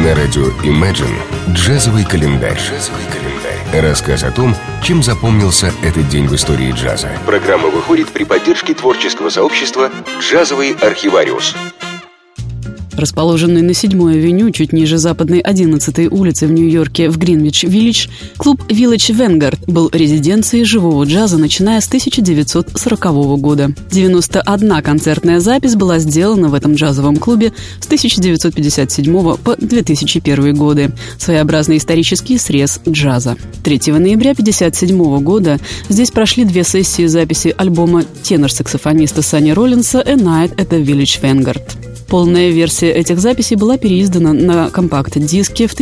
На радио Imagine «Джазовый календарь». Рассказ о том, чем запомнился этот день в истории джаза. Программа выходит при поддержке творческого сообщества «Джазовый архивариус». Расположенный на 7-й авеню, чуть ниже западной 11-й улицы в Нью-Йорке в Гринвич-Виллидж, клуб Village Vanguard был резиденцией живого джаза, начиная с 1940 года. 91 концертная запись была сделана в этом джазовом клубе с 1957 по 2001 годы. Своеобразный исторический срез джаза. 3 ноября 1957 года здесь прошли 2 сессии записи альбома тенор-саксофониста Санни Роллинса «A Night at the Village Vanguard». Полная версия этих записей была переиздана на компакт-диске в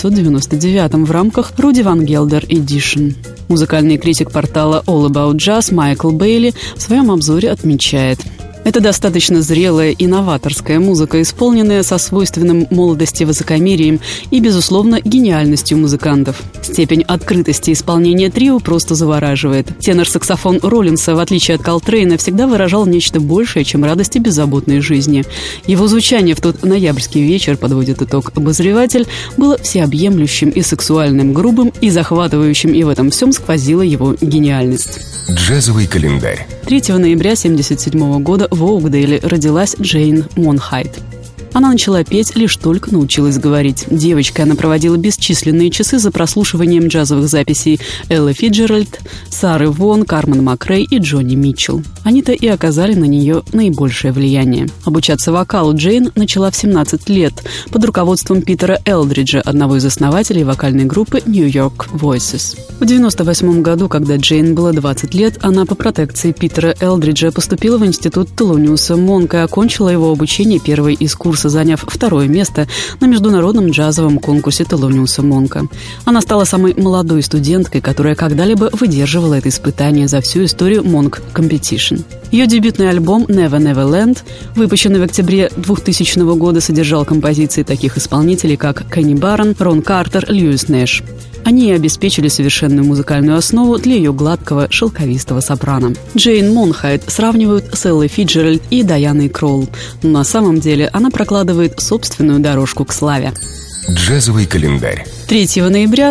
1999 в рамках Руди Ван Гелдер Edition. Музыкальный критик портала All About Jazz Майкл Бейли в своем обзоре отмечает: это достаточно зрелая и новаторская музыка, исполненная со свойственным молодости высокомерием и, безусловно, гениальностью музыкантов. Степень открытости исполнения трио просто завораживает. Тенор-саксофон Роллинса, в отличие от Колтрейна, всегда выражал нечто большее, чем радость и беззаботной жизни. Его звучание в тот ноябрьский вечер, подводит итог обозреватель, было всеобъемлющим и сексуальным, грубым и захватывающим, и в этом всем сквозила его гениальность. Джазовый календарь. 3 ноября 1977 года в Оукдейле родилась Джейн Монхайт. Она начала петь, лишь только научилась говорить. Девочкой она проводила бесчисленные часы за прослушиванием джазовых записей Эллы Фиджеральд, Сары Вон, Кармен Макрей и Джонни Митчелл. Они-то и оказали на нее наибольшее влияние. Обучаться вокалу Джейн начала в 17 лет под руководством Питера Элдриджа, одного из основателей вокальной группы New York Voices. В 1998 году, когда Джейн было 20 лет, она по протекции Питера Элдриджа поступила в институт Телониуса Монка и окончила его обучение первой из курса, заняв 2-е место на международном джазовом конкурсе Телониуса Монка. Она стала самой молодой студенткой, которая когда-либо выдерживала это испытание за всю историю Monk Competition. Ее дебютный альбом «Never Never Land», выпущенный в октябре 2000 года, содержал композиции таких исполнителей, как Кенни Баррон, Рон Картер, Льюис Нэш. Они обеспечили совершенную музыкальную основу для ее гладкого, шелковистого сопрано. Джейн Монхайт сравнивают с Эллой Фиджеральд и Дайаной Кролл, но на самом деле она прокладывает собственную дорожку к славе. Джазовый календарь. 3 ноября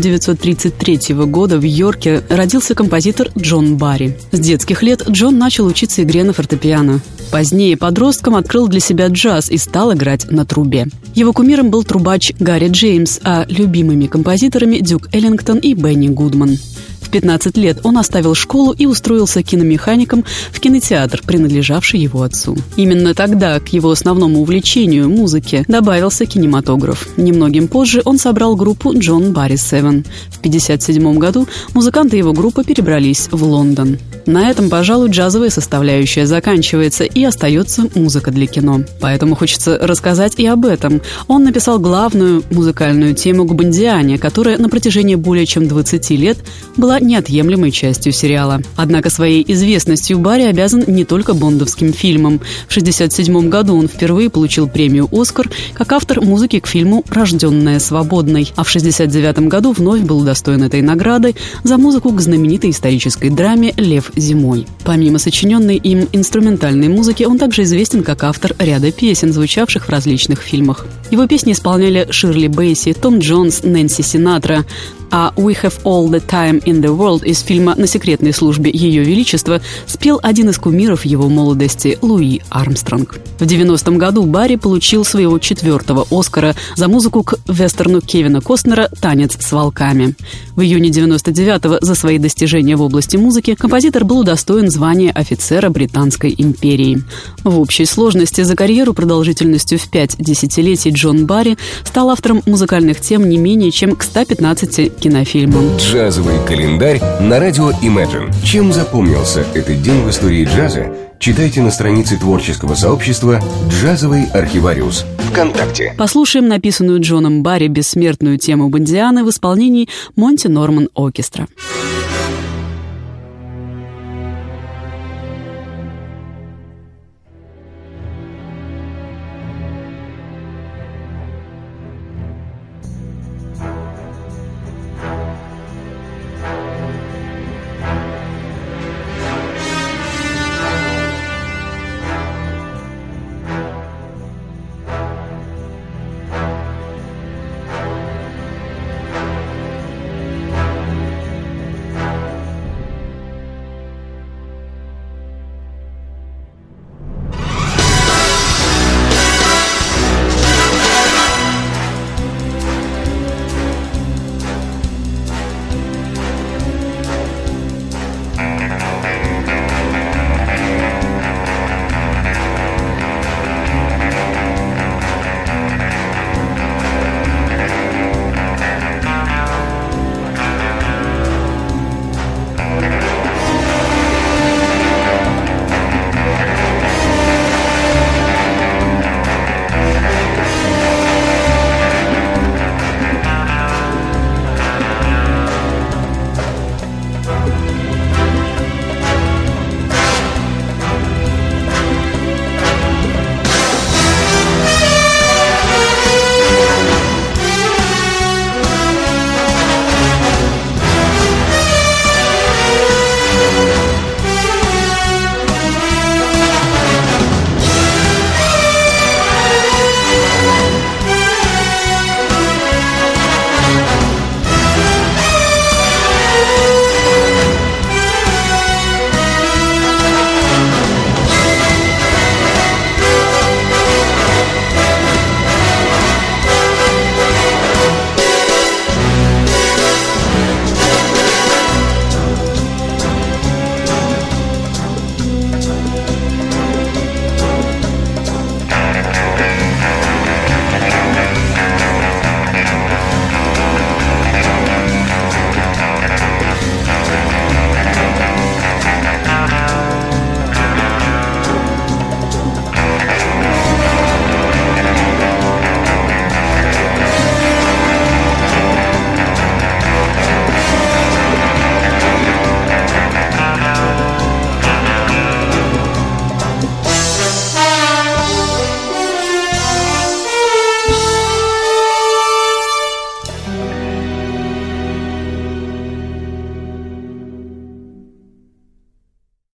1933 года в Йорке родился композитор Джон Барри. С детских лет Джон начал учиться игре на фортепиано. Позднее подростком открыл для себя джаз и стал играть на трубе. Его кумиром был трубач Гарри Джеймс, а любимыми композиторами Дюк Эллингтон и Бенни Гудман. В 15 лет он оставил школу и устроился киномехаником в кинотеатр, принадлежавший его отцу. Именно тогда к его основному увлечению, музыке, добавился кинематограф. Немногим позже он собрал группу John Barry Seven. В 1957 году музыканты его группы перебрались в Лондон. На этом, пожалуй, джазовая составляющая заканчивается, и остается музыка для кино. Поэтому хочется рассказать и об этом. Он написал главную музыкальную тему к «Бондиане», которая на протяжении более чем 20 лет была неотъемлемой частью сериала. Однако своей известностью Барри обязан не только бондовским фильмам. В 1967 году он впервые получил премию «Оскар» как автор музыки к фильму «Рожденная свободной», а в 1969 году вновь был удостоен этой награды за музыку к знаменитой исторической драме «Лев зимой». Помимо сочиненной им инструментальной музыки, он также известен как автор ряда песен, звучавших в различных фильмах. Его песни исполняли Ширли Бейси, Том Джонс, Нэнси Синатра, а «We have all the time in the world» из фильма «На секретной службе Ее Величества» спел один из кумиров его молодости Луи Армстронг. В 90-м году Барри получил своего 4-го «Оскара» за музыку к вестерну Кевина Костнера «Танец с волками». В июне 99-го за свои достижения в области музыки композитор был удостоен звания офицера Британской империи. В общей сложности за карьеру продолжительностью в 5 десятилетий Джон Барри стал автором музыкальных тем не менее чем к 115 кинофильмам. Джазовый календарь на радио Imagine. Чем запомнился этот день в истории джаза? Читайте на странице творческого сообщества «Джазовый архивариус» ВКонтакте. Послушаем написанную Джоном Барри бессмертную тему Бондианы в исполнении Монти Норман Оркестра.